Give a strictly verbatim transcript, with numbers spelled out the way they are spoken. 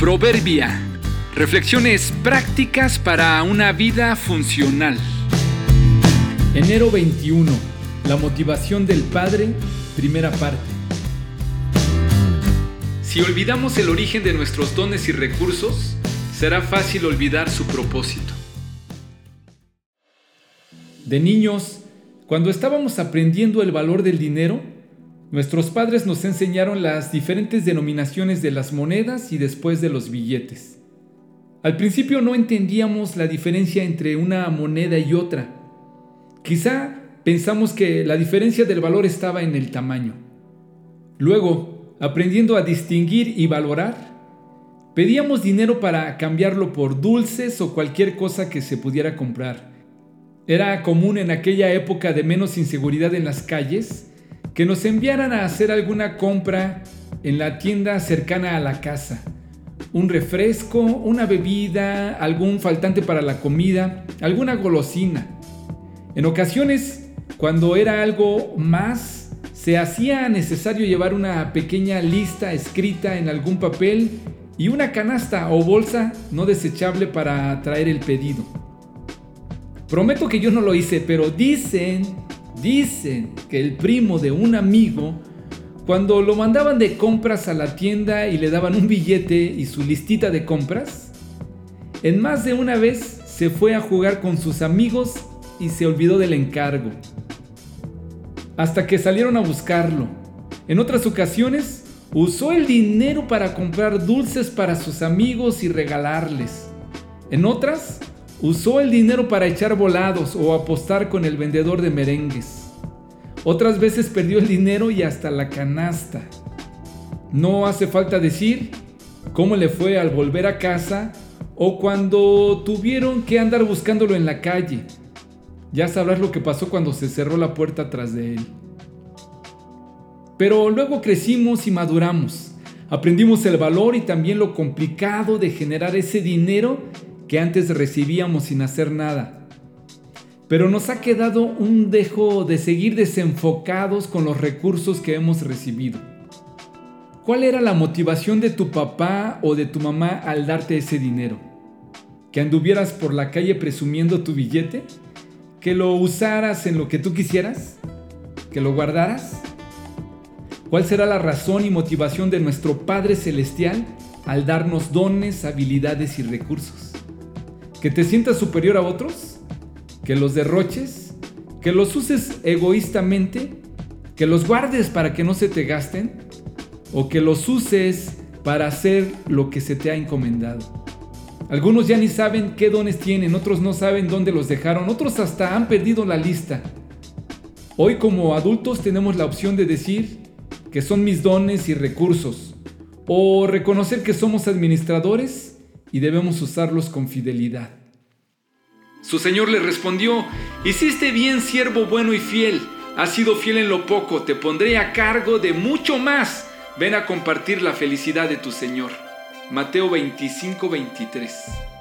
Proverbia. Reflexiones prácticas para una vida funcional. Enero veintiuno. La motivación del Padre, primera parte. Si olvidamos el origen de nuestros dones y recursos, será fácil olvidar su propósito. De niños, cuando estábamos aprendiendo el valor del dinero, nuestros padres nos enseñaron las diferentes denominaciones de las monedas y después de los billetes. Al principio no entendíamos la diferencia entre una moneda y otra. Quizá pensamos que la diferencia del valor estaba en el tamaño. Luego, aprendiendo a distinguir y valorar, pedíamos dinero para cambiarlo por dulces o cualquier cosa que se pudiera comprar. Era común en aquella época de menos inseguridad en las calles que nos enviaran a hacer alguna compra en la tienda cercana a la casa. Un refresco, una bebida, algún faltante para la comida, alguna golosina. En ocasiones, cuando era algo más, se hacía necesario llevar una pequeña lista escrita en algún papel y una canasta o bolsa no desechable para traer el pedido. Prometo que yo no lo hice, pero dicen, dicen que el primo de un amigo, cuando lo mandaban de compras a la tienda y le daban un billete y su listita de compras, en más de una vez se fue a jugar con sus amigos y se olvidó del encargo. Hasta que salieron a buscarlo. En otras ocasiones, usó el dinero para comprar dulces para sus amigos y regalarles. En otras, usó el dinero para echar volados o apostar con el vendedor de merengues. Otras veces perdió el dinero y hasta la canasta. No hace falta decir cómo le fue al volver a casa o cuando tuvieron que andar buscándolo en la calle. Ya sabrás lo que pasó cuando se cerró la puerta tras de él. Pero luego crecimos y maduramos. Aprendimos el valor y también lo complicado de generar ese dinero que antes recibíamos sin hacer nada. Pero nos ha quedado un dejo de seguir desenfocados con los recursos que hemos recibido. ¿Cuál era la motivación de tu papá o de tu mamá al darte ese dinero? ¿Que anduvieras por la calle presumiendo tu billete? ¿Que lo usaras en lo que tú quisieras? ¿Que lo guardaras? ¿Cuál será la razón y motivación de nuestro Padre Celestial al darnos dones, habilidades y recursos? ¿Que te sientas superior a otros? ¿Que los derroches? ¿Que los uses egoístamente? ¿Que los guardes para que no se te gasten? ¿O que los uses para hacer lo que se te ha encomendado? Algunos ya ni saben qué dones tienen, otros no saben dónde los dejaron, otros hasta han perdido la lista. Hoy como adultos tenemos la opción de decir que son mis dones y recursos, o reconocer que somos administradores y debemos usarlos con fidelidad. Su señor le respondió: «Hiciste bien, siervo bueno y fiel. Has sido fiel en lo poco, te pondré a cargo de mucho más. Ven a compartir la felicidad de tu señor». Mateo veinticinco, veintitrés.